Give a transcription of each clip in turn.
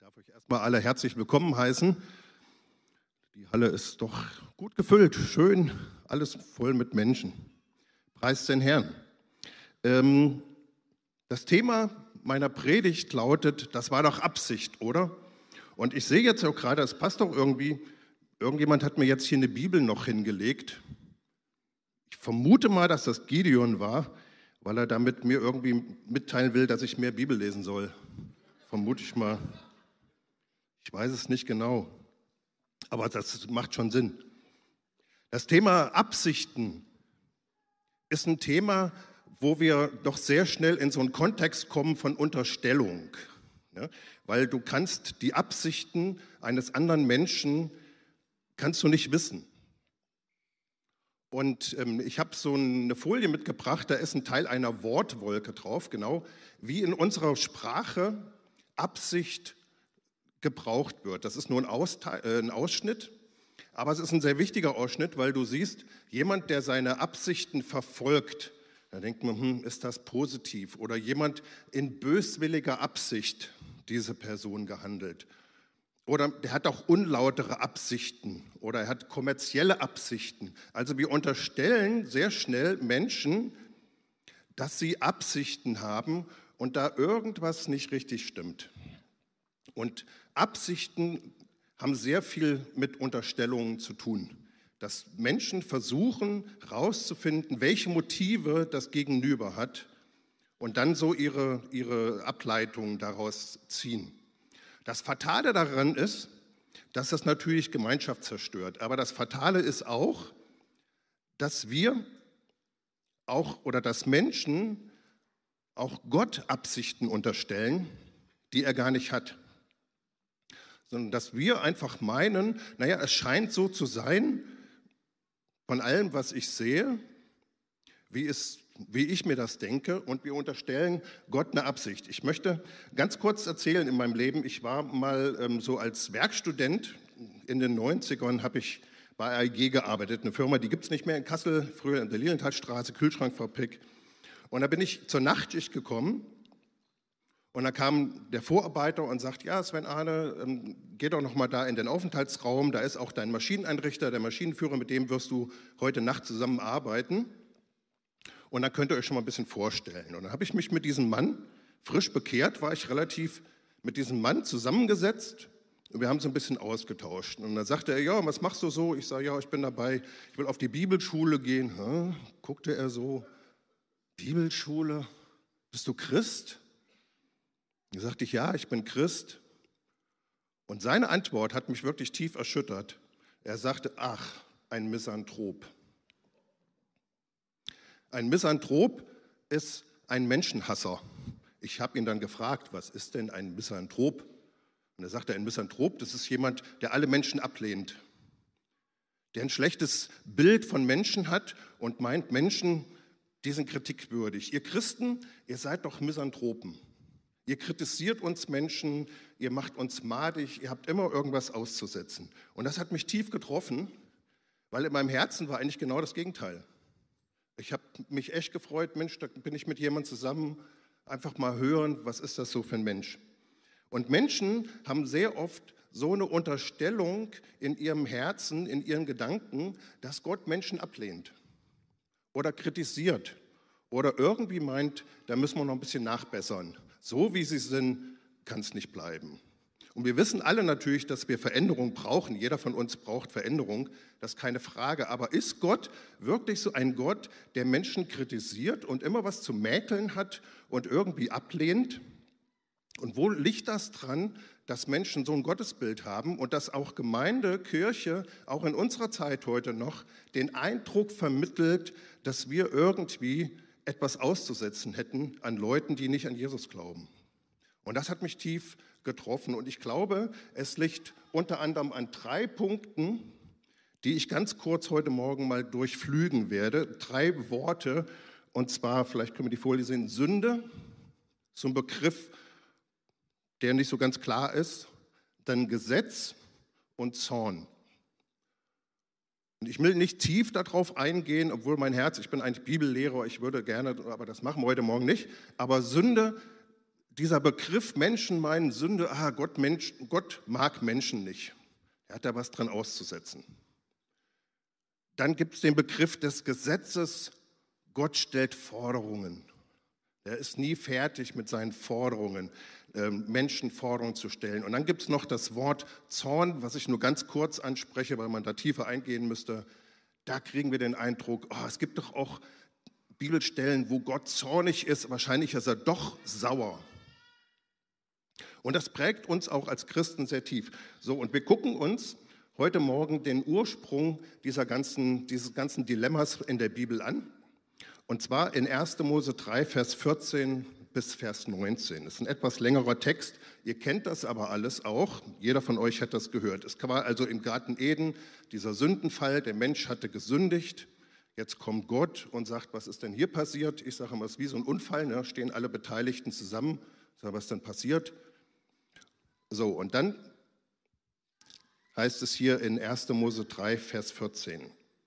darf euch erstmal alle herzlich willkommen heißen. Die Halle ist doch gut gefüllt, schön, alles voll mit Menschen. Preist den Herrn. Das Thema meiner Predigt lautet, das war doch Absicht, oder? Und ich sehe jetzt auch gerade, es passt doch irgendwie, irgendjemand hat mir jetzt hier eine Bibel noch hingelegt. Ich vermute mal, dass das Gideon war, weil er damit mir irgendwie mitteilen will, dass ich mehr Bibel lesen soll. Vermute ich mal. Ich weiß es nicht genau, aber das macht schon Sinn. Das Thema Absichten ist ein Thema, wo wir doch sehr schnell in so einen Kontext kommen von Unterstellung. Ja? Weil du kannst die Absichten eines anderen Menschen, kannst du nicht wissen. Und ich habe so eine Folie mitgebracht, da ist ein Teil einer Wortwolke drauf, genau wie in unserer Sprache Absicht gebraucht wird. Das ist nur ein Ausschnitt, aber es ist ein sehr wichtiger Ausschnitt, weil du siehst, jemand, der seine Absichten verfolgt, da denkt man, ist das positiv? Oder jemand in böswilliger Absicht, diese Person gehandelt. Oder der hat auch unlautere Absichten oder er hat kommerzielle Absichten. Also wir unterstellen sehr schnell Menschen, dass sie Absichten haben und da irgendwas nicht richtig stimmt. Und Absichten haben sehr viel mit Unterstellungen zu tun. Dass Menschen versuchen herauszufinden, welche Motive das Gegenüber hat und dann so ihre Ableitungen daraus ziehen. Das Fatale daran ist, dass das natürlich Gemeinschaft zerstört. Aber das Fatale ist auch, dass wir auch oder dass Menschen auch Gott Absichten unterstellen, die er gar nicht hat. Sondern dass wir einfach meinen, naja, es scheint so zu sein, von allem, was ich sehe, wie ich mir das denke, und wir unterstellen Gott eine Absicht. Ich möchte ganz kurz erzählen in meinem Leben, ich war mal so als Werkstudent in den 90ern, habe ich bei AEG gearbeitet, eine Firma, die gibt es nicht mehr in Kassel, früher in der Lilienthalstraße, Kühlschrankfabrik. Und da bin ich zur Nachtschicht gekommen und da kam der Vorarbeiter und sagt, ja Sven Arne, geh doch noch mal da in den Aufenthaltsraum, da ist auch dein Maschineneinrichter, der Maschinenführer, mit dem wirst du heute Nacht zusammenarbeiten. Und dann könnt ihr euch schon mal ein bisschen vorstellen. Und dann habe ich mich mit diesem Mann, frisch bekehrt, war ich relativ mit diesem Mann zusammengesetzt und wir haben so ein bisschen ausgetauscht. Und dann sagte er, ja, was machst du so? Ich sage, ja, ich bin dabei, ich will auf die Bibelschule gehen. Guckte er so, Bibelschule, bist du Christ? Da sagte ich, ja, ich bin Christ. Und seine Antwort hat mich wirklich tief erschüttert. Er sagte, ach, ein Misanthrop. Ein Misanthrop ist ein Menschenhasser. Ich habe ihn dann gefragt, was ist denn ein Misanthrop? Und er sagte, ein Misanthrop, das ist jemand, der alle Menschen ablehnt. Der ein schlechtes Bild von Menschen hat und meint, Menschen, die sind kritikwürdig. Ihr Christen, ihr seid doch Misanthropen. Ihr kritisiert uns Menschen, ihr macht uns madig, ihr habt immer irgendwas auszusetzen. Und das hat mich tief getroffen, weil in meinem Herzen war eigentlich genau das Gegenteil. Ich habe mich echt gefreut, Mensch, da bin ich mit jemandem zusammen, einfach mal hören, was ist das so für ein Mensch. Und Menschen haben sehr oft so eine Unterstellung in ihrem Herzen, in ihren Gedanken, dass Gott Menschen ablehnt oder kritisiert oder irgendwie meint, da müssen wir noch ein bisschen nachbessern. So wie sie sind, kann es nicht bleiben. Und wir wissen alle natürlich, dass wir Veränderung brauchen. Jeder von uns braucht Veränderung, das ist keine Frage. Aber ist Gott wirklich so ein Gott, der Menschen kritisiert und immer was zu mäkeln hat und irgendwie ablehnt? Und wo liegt das dran, dass Menschen so ein Gottesbild haben und dass auch Gemeinde, Kirche, auch in unserer Zeit heute noch, den Eindruck vermittelt, dass wir irgendwie etwas auszusetzen hätten an Leuten, die nicht an Jesus glauben. Und das hat mich tief getroffen. Und ich glaube, es liegt unter anderem an 3 Punkten, die ich ganz kurz heute Morgen mal durchflügen werde. 3 Worte, und zwar, vielleicht können wir die Folie sehen, Sünde, so ein Begriff, der nicht so ganz klar ist, dann Gesetz und Zorn. Und ich will nicht tief darauf eingehen, obwohl mein Herz, ich bin eigentlich Bibellehrer, ich würde gerne, aber das machen wir heute Morgen nicht. Aber Sünde, dieser Begriff Menschen meinen Sünde, Gott mag Menschen nicht. Er hat da was dran auszusetzen. Dann gibt es den Begriff des Gesetzes, Gott stellt Forderungen. Er ist nie fertig mit seinen Forderungen, Menschen Forderungen zu stellen. Und dann gibt es noch das Wort Zorn, was ich nur ganz kurz anspreche, weil man da tiefer eingehen müsste. Da kriegen wir den Eindruck, es gibt doch auch Bibelstellen, wo Gott zornig ist, wahrscheinlich ist er doch sauer. Und das prägt uns auch als Christen sehr tief. So, und wir gucken uns heute Morgen den Ursprung dieses ganzen Dilemmas in der Bibel an. Und zwar in 1. Mose 3, Vers 14 bis Vers 19. Das ist ein etwas längerer Text. Ihr kennt das aber alles auch. Jeder von euch hat das gehört. Es war also im Garten Eden dieser Sündenfall. Der Mensch hatte gesündigt. Jetzt kommt Gott und sagt, was ist denn hier passiert? Ich sage immer, es ist wie so ein Unfall. Ne? Stehen alle Beteiligten zusammen. Ich sage, was ist denn passiert? So, und dann heißt es hier in 1. Mose 3, Vers 14.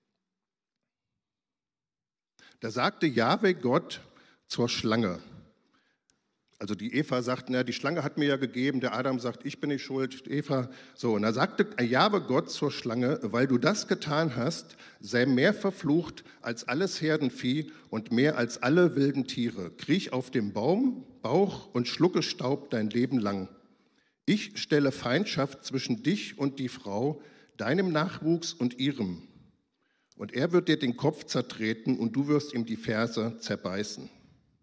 Da sagte Jahwe Gott zur Schlange. Also die Eva sagt, die Schlange hat mir ja gegeben, der Adam sagt, ich bin nicht schuld, Eva. So, und da sagte Jahwe Gott zur Schlange, weil du das getan hast, sei mehr verflucht als alles Herdenvieh und mehr als alle wilden Tiere. Kriech auf dem Bauch und schlucke Staub dein Leben lang. Ich stelle Feindschaft zwischen dich und die Frau, deinem Nachwuchs und ihrem. Und er wird dir den Kopf zertreten und du wirst ihm die Ferse zerbeißen.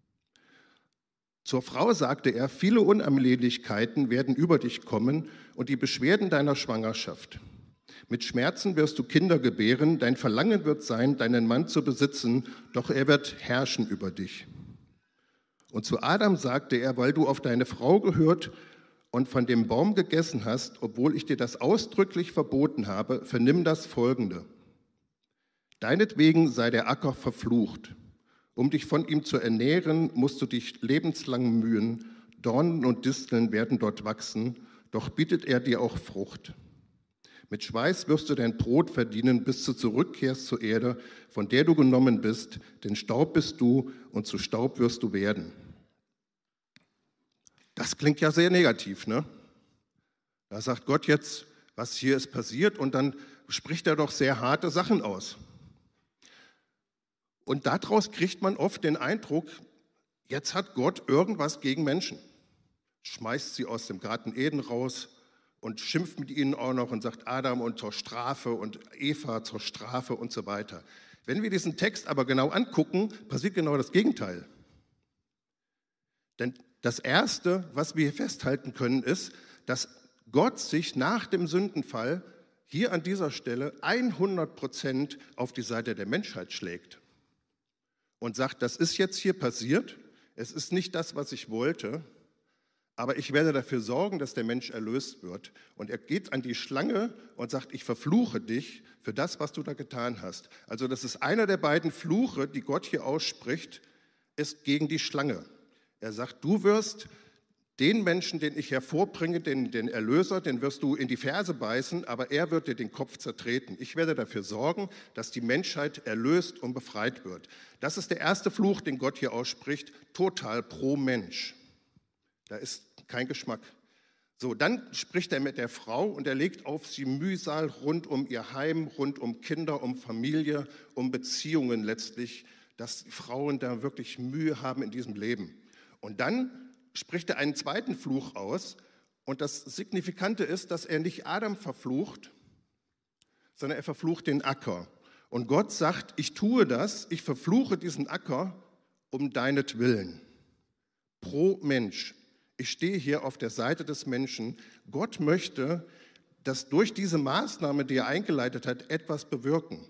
Zur Frau sagte er, viele Unannehmlichkeiten werden über dich kommen und die Beschwerden deiner Schwangerschaft. Mit Schmerzen wirst du Kinder gebären, dein Verlangen wird sein, deinen Mann zu besitzen, doch er wird herrschen über dich. Und zu Adam sagte er, weil du auf deine Frau gehört und von dem Baum gegessen hast, obwohl ich dir das ausdrücklich verboten habe, vernimm das Folgende. Deinetwegen sei der Acker verflucht. Um dich von ihm zu ernähren, musst du dich lebenslang mühen. Dornen und Disteln werden dort wachsen, doch bietet er dir auch Frucht. Mit Schweiß wirst du dein Brot verdienen, bis du zurückkehrst zur Erde, von der du genommen bist, denn Staub bist du und zu Staub wirst du werden. Das klingt ja sehr negativ, ne? Da sagt Gott jetzt, was hier ist passiert, und dann spricht er doch sehr harte Sachen aus. Und daraus kriegt man oft den Eindruck, jetzt hat Gott irgendwas gegen Menschen. Schmeißt sie aus dem Garten Eden raus und schimpft mit ihnen auch noch und sagt Adam und zur Strafe und Eva zur Strafe und so weiter. Wenn wir diesen Text aber genau angucken, passiert genau das Gegenteil. Denn das Erste, was wir hier festhalten können, ist, dass Gott sich nach dem Sündenfall hier an dieser Stelle 100% auf die Seite der Menschheit schlägt. Und sagt, das ist jetzt hier passiert, es ist nicht das, was ich wollte, aber ich werde dafür sorgen, dass der Mensch erlöst wird. Und er geht an die Schlange und sagt, ich verfluche dich für das, was du da getan hast. Also das ist einer der beiden Fluche, die Gott hier ausspricht, ist gegen die Schlange. Er sagt, du wirst den Menschen, den ich hervorbringe, den Erlöser, den wirst du in die Ferse beißen, aber er wird dir den Kopf zertreten. Ich werde dafür sorgen, dass die Menschheit erlöst und befreit wird. Das ist der erste Fluch, den Gott hier ausspricht, total pro Mensch. Da ist kein Geschmack. So, dann spricht er mit der Frau und er legt auf sie Mühsal rund um ihr Heim, rund um Kinder, um Familie, um Beziehungen letztlich, dass die Frauen da wirklich Mühe haben in diesem Leben. Und dann spricht er einen zweiten Fluch aus. Und das Signifikante ist, dass er nicht Adam verflucht, sondern er verflucht den Acker. Und Gott sagt, ich tue das, ich verfluche diesen Acker um deinetwillen. Pro Mensch. Ich stehe hier auf der Seite des Menschen. Gott möchte, dass durch diese Maßnahme, die er eingeleitet hat, etwas bewirken.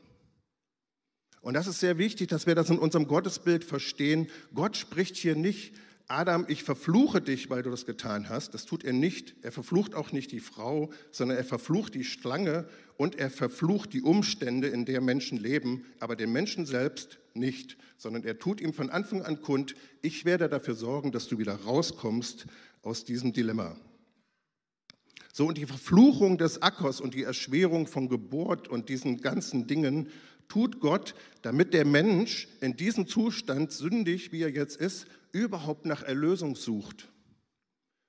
Und das ist sehr wichtig, dass wir das in unserem Gottesbild verstehen. Gott spricht hier nicht, Adam, ich verfluche dich, weil du das getan hast. Das tut er nicht. Er verflucht auch nicht die Frau, sondern er verflucht die Schlange und er verflucht die Umstände, in der Menschen leben, aber den Menschen selbst nicht, sondern er tut ihm von Anfang an kund, ich werde dafür sorgen, dass du wieder rauskommst aus diesem Dilemma. So, und die Verfluchung des Ackers und die Erschwerung von Geburt und diesen ganzen Dingen tut Gott, damit der Mensch in diesem Zustand, sündig wie er jetzt ist, überhaupt nach Erlösung sucht.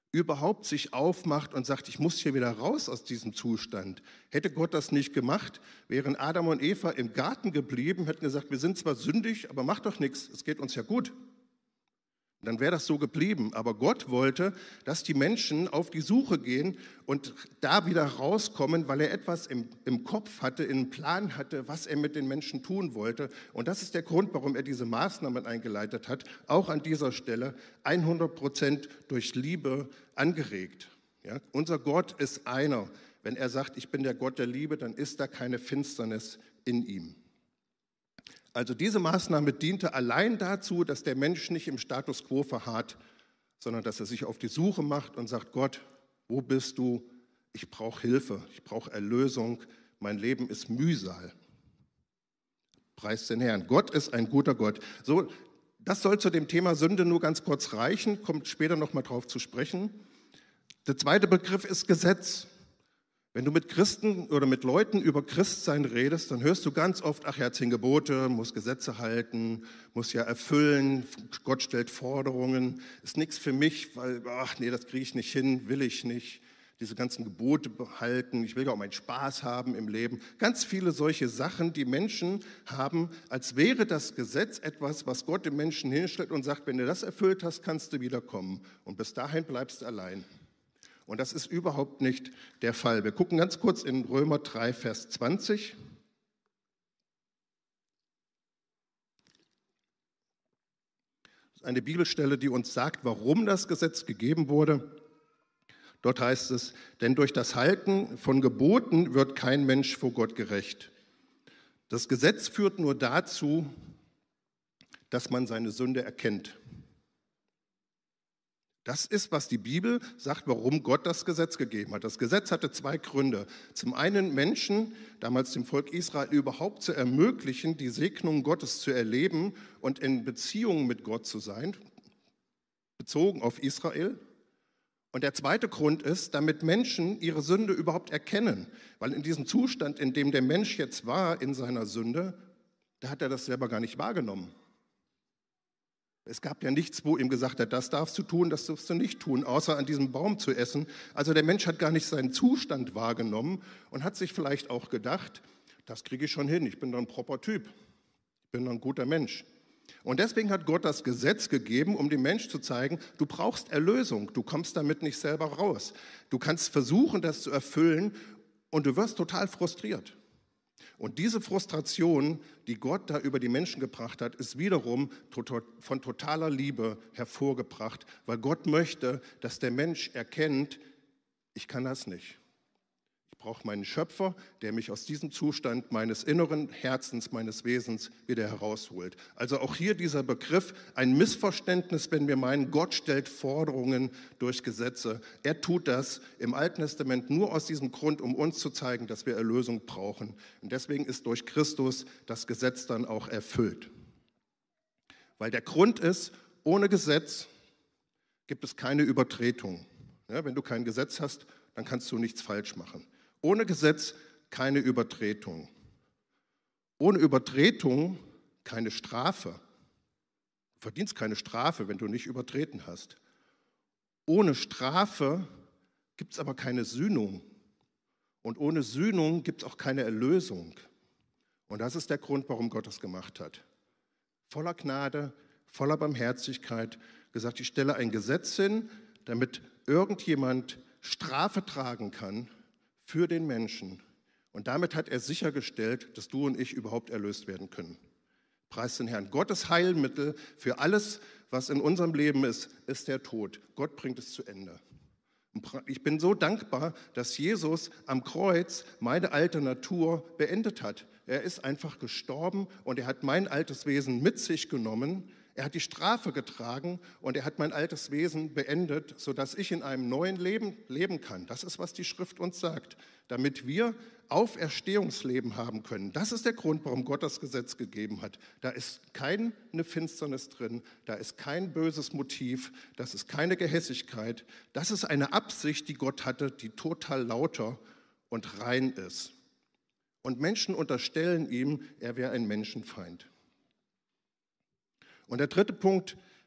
überhaupt sich aufmacht und sagt, ich muss hier wieder raus aus diesem Zustand. Hätte Gott das nicht gemacht, wären Adam und Eva im Garten geblieben, hätten gesagt, wir sind zwar sündig, aber macht doch nichts, es geht uns ja gut. Dann wäre das so geblieben. Aber Gott wollte, dass die Menschen auf die Suche gehen und da wieder rauskommen, weil er etwas im Kopf hatte, einen Plan hatte, was er mit den Menschen tun wollte. Und das ist der Grund, warum er diese Maßnahmen eingeleitet hat, auch an dieser Stelle 100% durch Liebe angeregt. Ja? Unser Gott ist einer. Wenn er sagt, ich bin der Gott der Liebe, dann ist da keine Finsternis in ihm. Also diese Maßnahme diente allein dazu, dass der Mensch nicht im Status quo verharrt, sondern dass er sich auf die Suche macht und sagt, Gott, wo bist du? Ich brauche Hilfe, ich brauche Erlösung, mein Leben ist Mühsal. Preis den Herrn. Gott ist ein guter Gott. So, das soll zu dem Thema Sünde nur ganz kurz reichen, kommt später nochmal drauf zu sprechen. Der zweite Begriff ist Gesetz. Wenn du mit Christen oder mit Leuten über Christsein redest, dann hörst du ganz oft, ach, er hat 10 Gebote, muss Gesetze halten, muss ja erfüllen, Gott stellt Forderungen, ist nichts für mich, weil, ach nee, das kriege ich nicht hin, will ich nicht, diese ganzen Gebote behalten, ich will ja auch meinen Spaß haben im Leben. Ganz viele solche Sachen, die Menschen haben, als wäre das Gesetz etwas, was Gott dem Menschen hinstellt und sagt, wenn du das erfüllt hast, kannst du wiederkommen und bis dahin bleibst du allein. Und das ist überhaupt nicht der Fall. Wir gucken ganz kurz in Römer 3, Vers 20. Das ist eine Bibelstelle, die uns sagt, warum das Gesetz gegeben wurde. Dort heißt es, denn durch das Halten von Geboten wird kein Mensch vor Gott gerecht. Das Gesetz führt nur dazu, dass man seine Sünde erkennt. Das ist, was die Bibel sagt, warum Gott das Gesetz gegeben hat. Das Gesetz hatte 2 Gründe. Zum einen Menschen, damals dem Volk Israel, überhaupt zu ermöglichen, die Segnung Gottes zu erleben und in Beziehung mit Gott zu sein, bezogen auf Israel. Und der zweite Grund ist, damit Menschen ihre Sünde überhaupt erkennen. Weil in diesem Zustand, in dem der Mensch jetzt war, in seiner Sünde, da hat er das selber gar nicht wahrgenommen. Es gab ja nichts, wo ihm gesagt hat, das darfst du tun, das darfst du nicht tun, außer an diesem Baum zu essen. Also der Mensch hat gar nicht seinen Zustand wahrgenommen und hat sich vielleicht auch gedacht, das kriege ich schon hin, ich bin doch ein proper Typ, ich bin doch ein guter Mensch. Und deswegen hat Gott das Gesetz gegeben, um dem Mensch zu zeigen, du brauchst Erlösung, du kommst damit nicht selber raus. Du kannst versuchen, das zu erfüllen und du wirst total frustriert. Und diese Frustration, die Gott da über die Menschen gebracht hat, ist wiederum von totaler Liebe hervorgebracht, weil Gott möchte, dass der Mensch erkennt, ich kann das nicht. Ich brauche meinen Schöpfer, der mich aus diesem Zustand meines inneren Herzens, meines Wesens wieder herausholt. Also auch hier dieser Begriff, ein Missverständnis, wenn wir meinen, Gott stellt Forderungen durch Gesetze. Er tut das im Alten Testament nur aus diesem Grund, um uns zu zeigen, dass wir Erlösung brauchen. Und deswegen ist durch Christus das Gesetz dann auch erfüllt. Weil der Grund ist, ohne Gesetz gibt es keine Übertretung. Ja, wenn du kein Gesetz hast, dann kannst du nichts falsch machen. Ohne Gesetz keine Übertretung. Ohne Übertretung keine Strafe. Du verdienst keine Strafe, wenn du nicht übertreten hast. Ohne Strafe gibt es aber keine Sühnung. Und ohne Sühnung gibt es auch keine Erlösung. Und das ist der Grund, warum Gott das gemacht hat. Voller Gnade, voller Barmherzigkeit, gesagt, ich stelle ein Gesetz hin, damit irgendjemand Strafe tragen kann für den Menschen. Und damit hat er sichergestellt, dass du und ich überhaupt erlöst werden können. Preis den Herrn. Gottes Heilmittel für alles, was in unserem Leben ist, ist der Tod. Gott bringt es zu Ende. Ich bin so dankbar, dass Jesus am Kreuz meine alte Natur beendet hat. Er ist einfach gestorben und er hat mein altes Wesen mit sich genommen. Er hat die Strafe getragen und er hat mein altes Wesen beendet, sodass ich in einem neuen Leben leben kann. Das ist, was die Schrift uns sagt, damit wir Auferstehungsleben haben können. Das ist der Grund, warum Gott das Gesetz gegeben hat. Da ist keine Finsternis drin, da ist kein böses Motiv, das ist keine Gehässigkeit. Das ist eine Absicht, die Gott hatte, die total lauter und rein ist. Und Menschen unterstellen ihm, er wäre ein Menschenfeind. Und der dritte Punkt,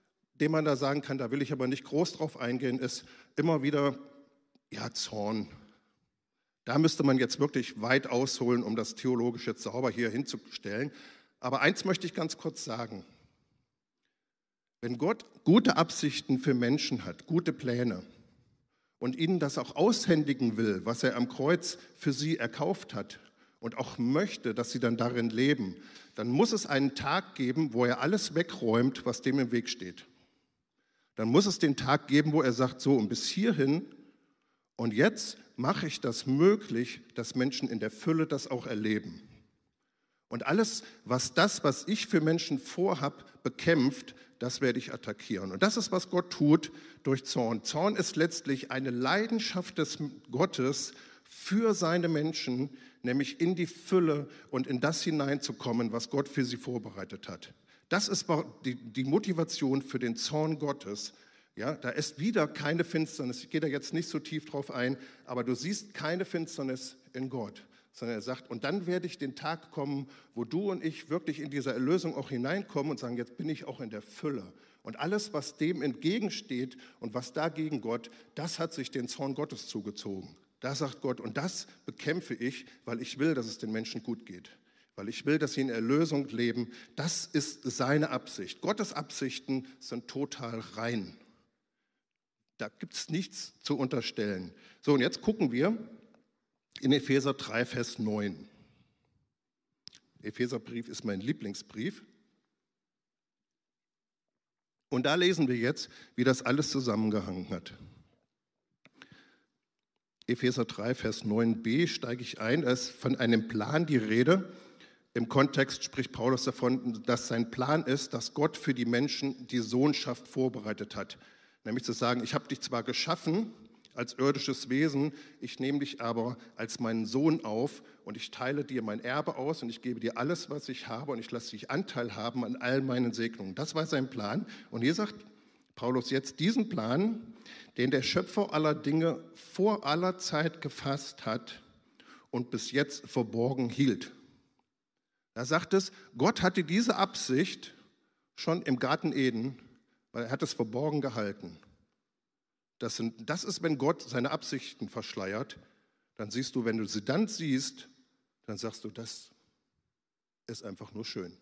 den man da sagen kann, da will ich aber nicht groß drauf eingehen, ist immer wieder, ja, Zorn. Da müsste man jetzt wirklich weit ausholen, um das theologisch jetzt sauber hier hinzustellen. Aber eins möchte ich ganz kurz sagen. Wenn Gott gute Absichten für Menschen hat, gute Pläne und ihnen das auch aushändigen will, was er am Kreuz für sie erkauft hat und auch möchte, dass sie dann darin leben, dann muss es einen Tag geben, wo er alles wegräumt, was dem im Weg steht. Dann muss es den Tag geben, wo er sagt, so und bis hierhin und jetzt mache ich das möglich, dass Menschen in der Fülle das auch erleben. Und alles, was ich für Menschen vorhab, bekämpft, das werde ich attackieren. Und das ist, was Gott tut durch Zorn. Zorn ist letztlich eine Leidenschaft des Gottes für seine Menschen, nämlich in die Fülle und in das hineinzukommen, was Gott für sie vorbereitet hat. Das ist die Motivation für den Zorn Gottes. Ja, da ist wieder keine Finsternis. Ich gehe da jetzt nicht so tief drauf ein, aber du siehst keine Finsternis in Gott, sondern er sagt, und dann werde ich den Tag kommen, wo du und ich wirklich in diese Erlösung auch hineinkommen und sagen, jetzt bin ich auch in der Fülle. Und alles, was dem entgegensteht und was dagegen Gott, das hat sich den Zorn Gottes zugezogen. Da sagt Gott, und das bekämpfe ich, weil ich will, dass es den Menschen gut geht. Weil ich will, dass sie in Erlösung leben. Das ist seine Absicht. Gottes Absichten sind total rein. Da gibt es nichts zu unterstellen. So, und jetzt gucken wir in Epheser 3, Vers 9. Epheserbrief ist mein Lieblingsbrief. Und da lesen wir jetzt, wie das alles zusammengehangen hat. Epheser 3, Vers 9b steige ich ein. Da ist von einem Plan die Rede. Im Kontext spricht Paulus davon, dass sein Plan ist, dass Gott für die Menschen die Sohnschaft vorbereitet hat. Nämlich zu sagen, ich habe dich zwar geschaffen als irdisches Wesen, ich nehme dich aber als meinen Sohn auf und ich teile dir mein Erbe aus und ich gebe dir alles, was ich habe und ich lasse dich Anteil haben an all meinen Segnungen. Das war sein Plan. Und hier sagt Paulus jetzt diesen Plan, den der Schöpfer aller Dinge vor aller Zeit gefasst hat und bis jetzt verborgen hielt. Da sagt es, Gott hatte diese Absicht schon im Garten Eden, weil er hat es verborgen gehalten. Das ist, wenn Gott seine Absichten verschleiert, dann siehst du, wenn du sie dann siehst, dann sagst du, das ist einfach nur schön.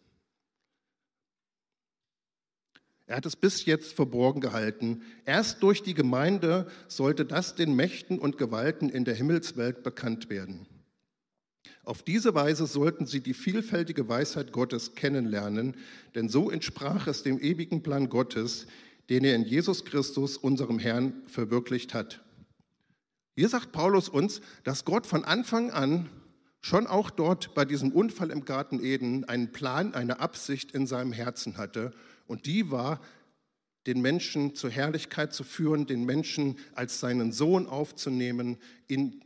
Er hat es bis jetzt verborgen gehalten. Erst durch die Gemeinde sollte das den Mächten und Gewalten in der Himmelswelt bekannt werden. Auf diese Weise sollten sie die vielfältige Weisheit Gottes kennenlernen, denn so entsprach es dem ewigen Plan Gottes, den er in Jesus Christus, unserem Herrn, verwirklicht hat. Hier sagt Paulus uns, dass Gott von Anfang an, schon auch dort bei diesem Unfall im Garten Eden, einen Plan, eine Absicht in seinem Herzen hatte. Und die war, den Menschen zur Herrlichkeit zu führen, den Menschen als seinen Sohn aufzunehmen, ihn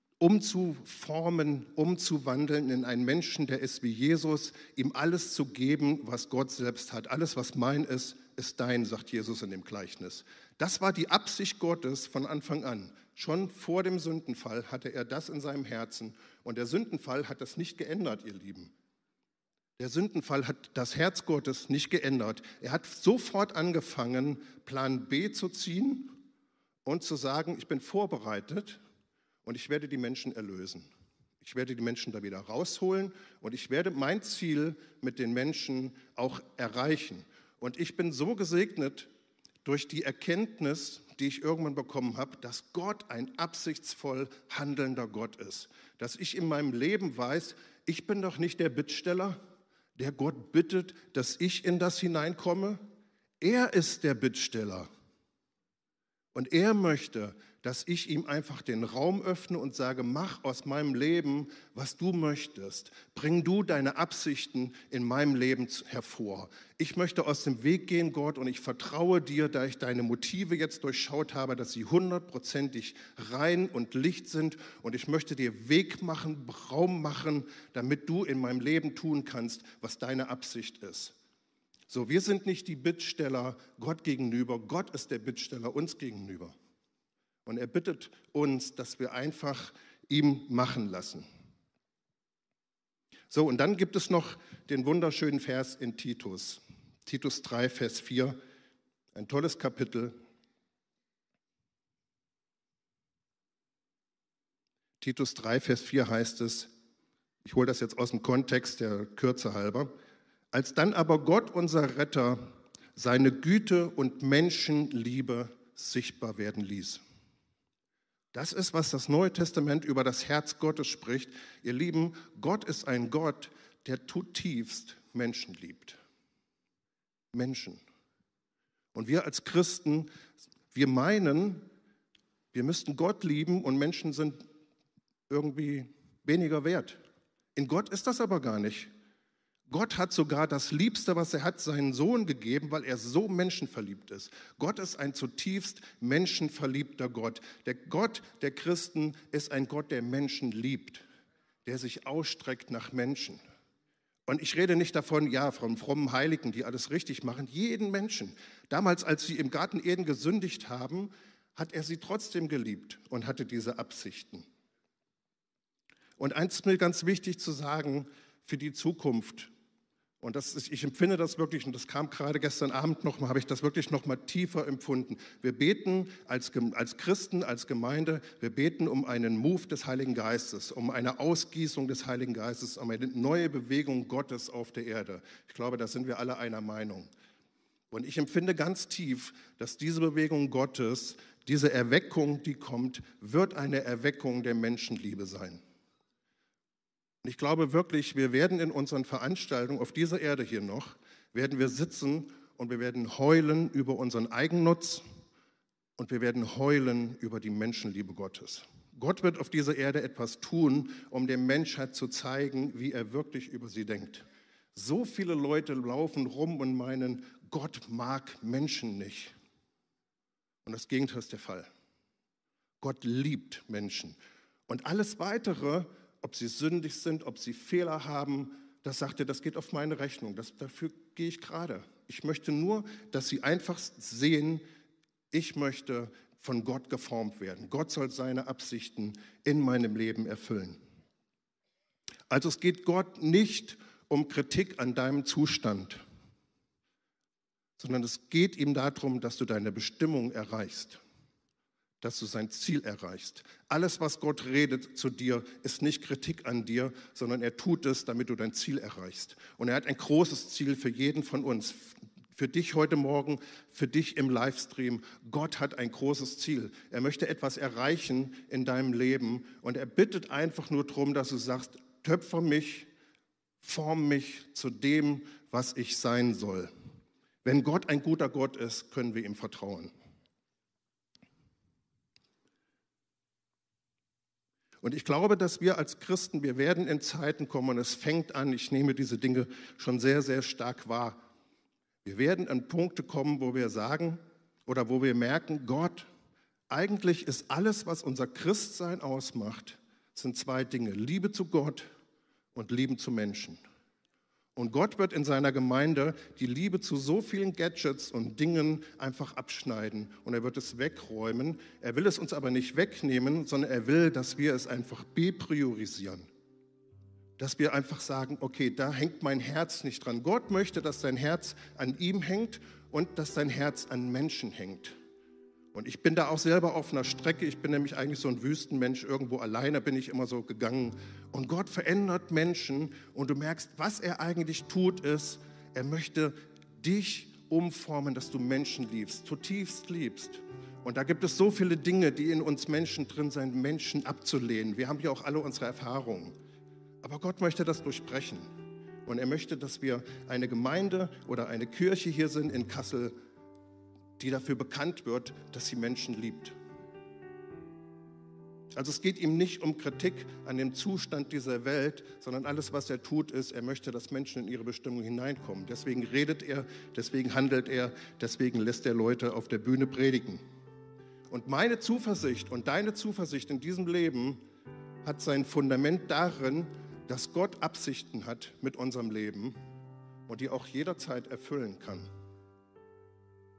umzuformen, umzuwandeln in einen Menschen, der ist wie Jesus, ihm alles zu geben, was Gott selbst hat. Alles, was mein ist, ist dein, sagt Jesus in dem Gleichnis. Das war die Absicht Gottes von Anfang an. Schon vor dem Sündenfall hatte er das in seinem Herzen. Und der Sündenfall hat das nicht geändert, ihr Lieben. Der Sündenfall hat das Herz Gottes nicht geändert. Er hat sofort angefangen, Plan B zu ziehen und zu sagen, ich bin vorbereitet und ich werde die Menschen erlösen. Ich werde die Menschen da wieder rausholen und ich werde mein Ziel mit den Menschen auch erreichen. Und ich bin so gesegnet durch die Erkenntnis, die ich irgendwann bekommen habe, dass Gott ein absichtsvoll handelnder Gott ist. Dass ich in meinem Leben weiß, ich bin doch nicht der Bittsteller, der Gott bittet, dass ich in das hineinkomme. Er ist der Bittsteller. Und er möchte, dass ich ihm einfach den Raum öffne und sage, mach aus meinem Leben, was du möchtest. Bring du deine Absichten in meinem Leben hervor. Ich möchte aus dem Weg gehen, Gott, und ich vertraue dir, da ich deine Motive jetzt durchschaut habe, dass sie 100%ig rein und Licht sind. Und ich möchte dir Weg machen, Raum machen, damit du in meinem Leben tun kannst, was deine Absicht ist. So, wir sind nicht die Bittsteller Gott gegenüber, Gott ist der Bittsteller uns gegenüber. Und er bittet uns, dass wir einfach ihm machen lassen. So, und dann gibt es noch den wunderschönen Vers in Titus. Titus 3, Vers 4. Ein tolles Kapitel. Titus 3, Vers 4 heißt es, ich hole das jetzt aus dem Kontext der Kürze halber, als dann aber Gott, unser Retter, seine Güte und Menschenliebe sichtbar werden ließ. Das ist, was das Neue Testament über das Herz Gottes spricht. Ihr Lieben, Gott ist ein Gott, der zutiefst Menschen liebt. Menschen. Und wir als Christen, wir meinen, wir müssten Gott lieben und Menschen sind irgendwie weniger wert. In Gott ist das aber gar nicht. Gott hat sogar das Liebste, was er hat, seinen Sohn gegeben, weil er so menschenverliebt ist. Gott ist ein zutiefst menschenverliebter Gott. Der Gott der Christen ist ein Gott, der Menschen liebt, der sich ausstreckt nach Menschen. Und ich rede nicht davon, ja, von frommen Heiligen, die alles richtig machen, jeden Menschen. Damals, als sie im Garten Eden gesündigt haben, hat er sie trotzdem geliebt und hatte diese Absichten. Und eins ist mir ganz wichtig zu sagen für die Zukunft. Und ich empfinde das wirklich, und das kam gerade gestern Abend nochmal, habe ich das wirklich nochmal tiefer empfunden. Wir beten als Christen, als Gemeinde, wir beten um einen Move des Heiligen Geistes, um eine Ausgießung des Heiligen Geistes, um eine neue Bewegung Gottes auf der Erde. Ich glaube, da sind wir alle einer Meinung. Und ich empfinde ganz tief, dass diese Bewegung Gottes, diese Erweckung, die kommt, wird eine Erweckung der Menschenliebe sein. Ich glaube wirklich, wir werden in unseren Veranstaltungen auf dieser Erde hier noch, werden wir sitzen und wir werden heulen über unseren Eigennutz und wir werden heulen über die Menschenliebe Gottes. Gott wird auf dieser Erde etwas tun, um der Menschheit zu zeigen, wie er wirklich über sie denkt. So viele Leute laufen rum und meinen, Gott mag Menschen nicht. Und das Gegenteil ist der Fall. Gott liebt Menschen. Und alles Weitere, ob sie sündig sind, ob sie Fehler haben, das sagt er, das geht auf meine Rechnung. Dafür gehe ich gerade. Ich möchte nur, dass sie einfach sehen, ich möchte von Gott geformt werden. Gott soll seine Absichten in meinem Leben erfüllen. Also es geht Gott nicht um Kritik an deinem Zustand, sondern es geht ihm darum, dass du deine Bestimmung erreichst, dass du sein Ziel erreichst. Alles, was Gott redet zu dir, ist nicht Kritik an dir, sondern er tut es, damit du dein Ziel erreichst. Und er hat ein großes Ziel für jeden von uns, für dich heute Morgen, für dich im Livestream. Gott hat ein großes Ziel. Er möchte etwas erreichen in deinem Leben und er bittet einfach nur darum, dass du sagst, töpfer mich, form mich zu dem, was ich sein soll. Wenn Gott ein guter Gott ist, können wir ihm vertrauen. Und ich glaube, dass wir als Christen, wir werden in Zeiten kommen und es fängt an, ich nehme diese Dinge schon sehr, sehr stark wahr. Wir werden an Punkte kommen, wo wir sagen oder wo wir merken, Gott, eigentlich ist alles, was unser Christsein ausmacht, sind zwei Dinge, Liebe zu Gott und Liebe zu Menschen. Und Gott wird in seiner Gemeinde die Liebe zu so vielen Gadgets und Dingen einfach abschneiden und er wird es wegräumen. Er will es uns aber nicht wegnehmen, sondern er will, dass wir es einfach bepriorisieren. Dass wir einfach sagen, okay, da hängt mein Herz nicht dran. Gott möchte, dass dein Herz an ihm hängt und dass dein Herz an Menschen hängt. Und ich bin da auch selber auf einer Strecke, ich bin nämlich eigentlich so ein Wüstenmensch, irgendwo alleine bin ich immer so gegangen. Und Gott verändert Menschen und du merkst, was er eigentlich tut ist, er möchte dich umformen, dass du Menschen liebst, zutiefst liebst. Und da gibt es so viele Dinge, die in uns Menschen drin sind, Menschen abzulehnen. Wir haben ja auch alle unsere Erfahrungen. Aber Gott möchte das durchbrechen. Und er möchte, dass wir eine Gemeinde oder eine Kirche hier sind in Kassel, die dafür bekannt wird, dass sie Menschen liebt. Also es geht ihm nicht um Kritik an dem Zustand dieser Welt, sondern alles, was er tut, ist, er möchte, dass Menschen in ihre Bestimmung hineinkommen. Deswegen redet er, deswegen handelt er, deswegen lässt er Leute auf der Bühne predigen. Und meine Zuversicht und deine Zuversicht in diesem Leben hat sein Fundament darin, dass Gott Absichten hat mit unserem Leben und die auch jederzeit erfüllen kann.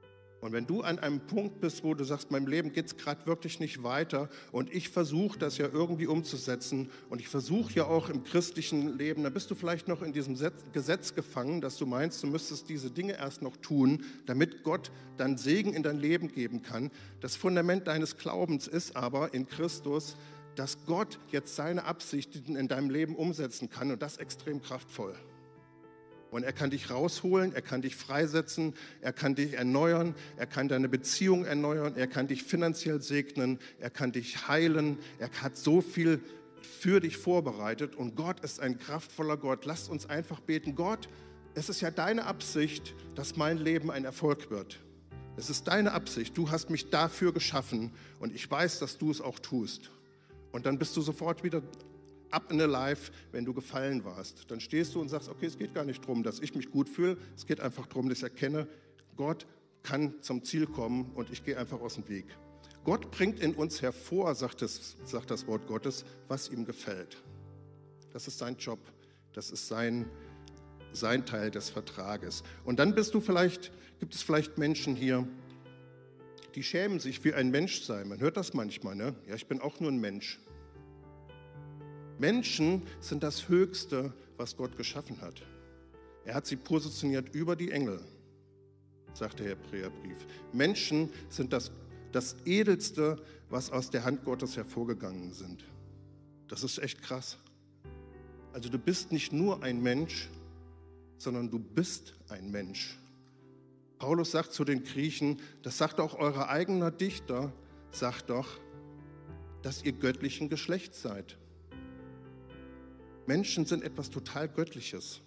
Und wenn du an einem Punkt bist, wo du sagst, meinem Leben geht es gerade wirklich nicht weiter und ich versuche das ja irgendwie umzusetzen und ich versuche ja auch im christlichen Leben, dann bist du vielleicht noch in diesem Gesetz gefangen, dass du meinst, du müsstest diese Dinge erst noch tun, damit Gott dann Segen in dein Leben geben kann. Das Fundament deines Glaubens ist aber in Christus, dass Gott jetzt seine Absichten in deinem Leben umsetzen kann und das extrem kraftvoll. Und er kann dich rausholen, er kann dich freisetzen, er kann dich erneuern, er kann deine Beziehung erneuern, er kann dich finanziell segnen, er kann dich heilen, er hat so viel für dich vorbereitet und Gott ist ein kraftvoller Gott. Lasst uns einfach beten, Gott, es ist ja deine Absicht, dass mein Leben ein Erfolg wird. Es ist deine Absicht, du hast mich dafür geschaffen und ich weiß, dass du es auch tust. Und dann bist du sofort wieder up in the life, wenn du gefallen warst. Dann stehst du und sagst, okay, es geht gar nicht darum, dass ich mich gut fühle, es geht einfach darum, dass ich erkenne, Gott kann zum Ziel kommen und ich gehe einfach aus dem Weg. Gott bringt in uns hervor, sagt das Wort Gottes, was ihm gefällt. Das ist sein Job, das ist sein Teil des Vertrages. Und dann gibt es vielleicht Menschen hier, die schämen sich für ein Menschsein. Man hört das manchmal, ne? Ja, ich bin auch nur ein Mensch. Menschen sind das Höchste, was Gott geschaffen hat. Er hat sie positioniert über die Engel, sagt der Hebräerbrief. Menschen sind das Edelste, was aus der Hand Gottes hervorgegangen sind. Das ist echt krass. Also du bist nicht nur ein Mensch, sondern du bist ein Mensch. Paulus sagt zu den Griechen, das sagt auch euer eigener Dichter, sagt doch, dass ihr göttlichen Geschlechts seid. Menschen sind etwas total Göttliches.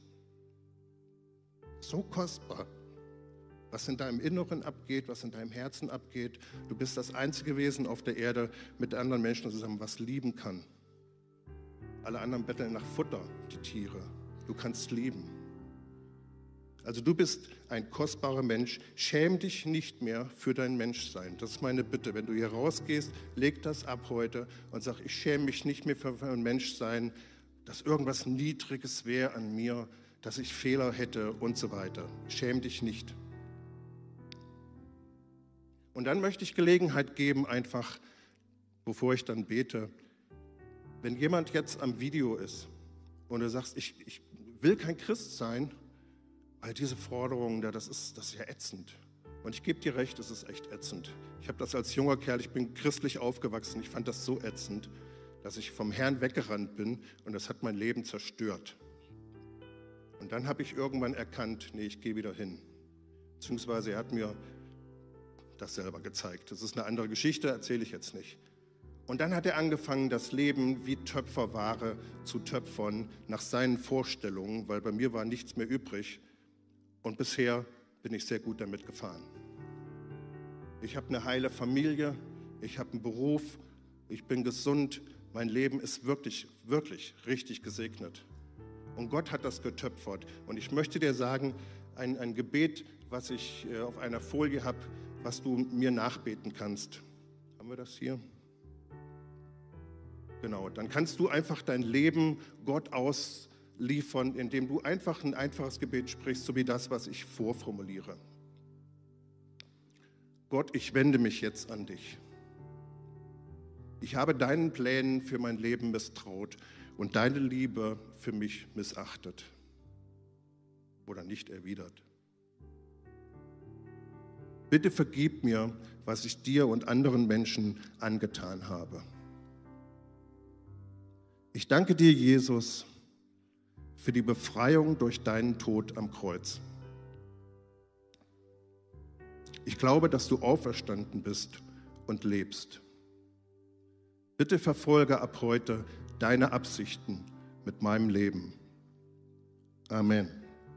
So kostbar. Was in deinem Inneren abgeht, was in deinem Herzen abgeht. Du bist das einzige Wesen auf der Erde mit anderen Menschen zusammen, was lieben kann. Alle anderen betteln nach Futter, die Tiere. Du kannst lieben. Also du bist ein kostbarer Mensch. Schäm dich nicht mehr für dein Menschsein. Das ist meine Bitte. Wenn du hier rausgehst, leg das ab heute und sag, ich schäme mich nicht mehr für mein Menschsein, dass irgendwas Niedriges wäre an mir, dass ich Fehler hätte und so weiter. Schäm dich nicht. Und dann möchte ich Gelegenheit geben, einfach, bevor ich dann bete, wenn jemand jetzt am Video ist und du sagst, ich will kein Christ sein, weil diese Forderung, das ist ja ätzend. Und ich gebe dir recht, es ist echt ätzend. Ich habe das als junger Kerl, ich bin christlich aufgewachsen, ich fand das so ätzend, dass ich vom Herrn weggerannt bin und das hat mein Leben zerstört. Und dann habe ich irgendwann erkannt, nee, ich gehe wieder hin. Beziehungsweise er hat mir das selber gezeigt. Das ist eine andere Geschichte, erzähle ich jetzt nicht. Und dann hat er angefangen, das Leben wie Töpferware zu töpfern, nach seinen Vorstellungen, weil bei mir war nichts mehr übrig. Und bisher bin ich sehr gut damit gefahren. Ich habe eine heile Familie, ich habe einen Beruf, ich bin gesund. Mein Leben ist wirklich, wirklich richtig gesegnet. Und Gott hat das getöpfert. Und ich möchte dir sagen, ein Gebet, was ich auf einer Folie habe, was du mir nachbeten kannst. Haben wir das hier? Genau, dann kannst du einfach dein Leben Gott ausliefern, indem du einfach ein einfaches Gebet sprichst, so wie das, was ich vorformuliere. Gott, ich wende mich jetzt an dich. Ich habe deinen Plänen für mein Leben misstraut und deine Liebe für mich missachtet oder nicht erwidert. Bitte vergib mir, was ich dir und anderen Menschen angetan habe. Ich danke dir, Jesus, für die Befreiung durch deinen Tod am Kreuz. Ich glaube, dass du auferstanden bist und lebst. Bitte verfolge ab heute deine Absichten mit meinem Leben. Amen.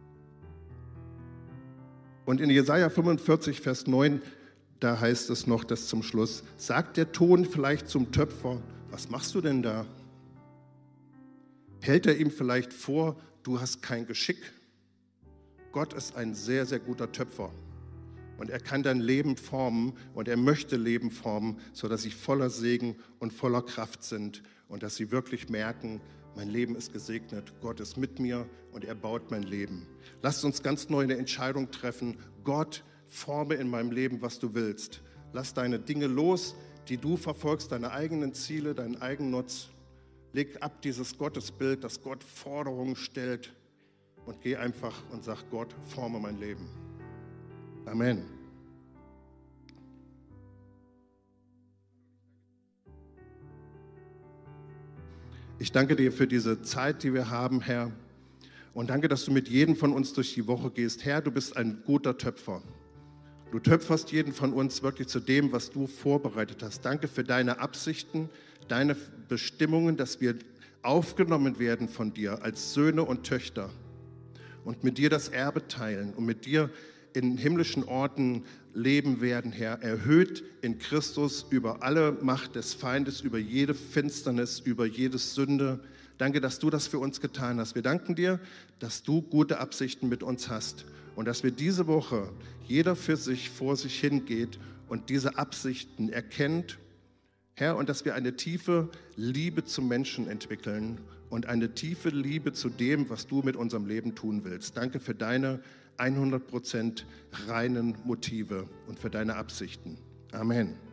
Und in Jesaja 45, Vers 9, da heißt es noch, das zum Schluss, sagt der Ton vielleicht zum Töpfer, was machst du denn da? Hält er ihm vielleicht vor, du hast kein Geschick? Gott ist ein sehr, sehr guter Töpfer. Und er kann dein Leben formen und er möchte Leben formen, sodass sie voller Segen und voller Kraft sind und dass sie wirklich merken, mein Leben ist gesegnet, Gott ist mit mir und er baut mein Leben. Lasst uns ganz neu eine Entscheidung treffen, Gott forme in meinem Leben, was du willst. Lass deine Dinge los, die du verfolgst, deine eigenen Ziele, deinen Eigennutz. Leg ab dieses Gottesbild, das Gott Forderungen stellt und geh einfach und sag, Gott, forme mein Leben. Amen. Ich danke dir für diese Zeit, die wir haben, Herr. Und danke, dass du mit jedem von uns durch die Woche gehst. Herr, du bist ein guter Töpfer. Du töpferst jeden von uns wirklich zu dem, was du vorbereitet hast. Danke für deine Absichten, deine Bestimmungen, dass wir aufgenommen werden von dir als Söhne und Töchter und mit dir das Erbe teilen und mit dir in himmlischen Orten leben werden, Herr, erhöht in Christus über alle Macht des Feindes, über jede Finsternis, über jede Sünde. Danke, dass du das für uns getan hast. Wir danken dir, dass du gute Absichten mit uns hast und dass wir diese Woche jeder für sich vor sich hingeht und diese Absichten erkennt, Herr, und dass wir eine tiefe Liebe zum Menschen entwickeln und eine tiefe Liebe zu dem, was du mit unserem Leben tun willst. Danke für deine 100% reinen Motive und für deine Absichten. Amen.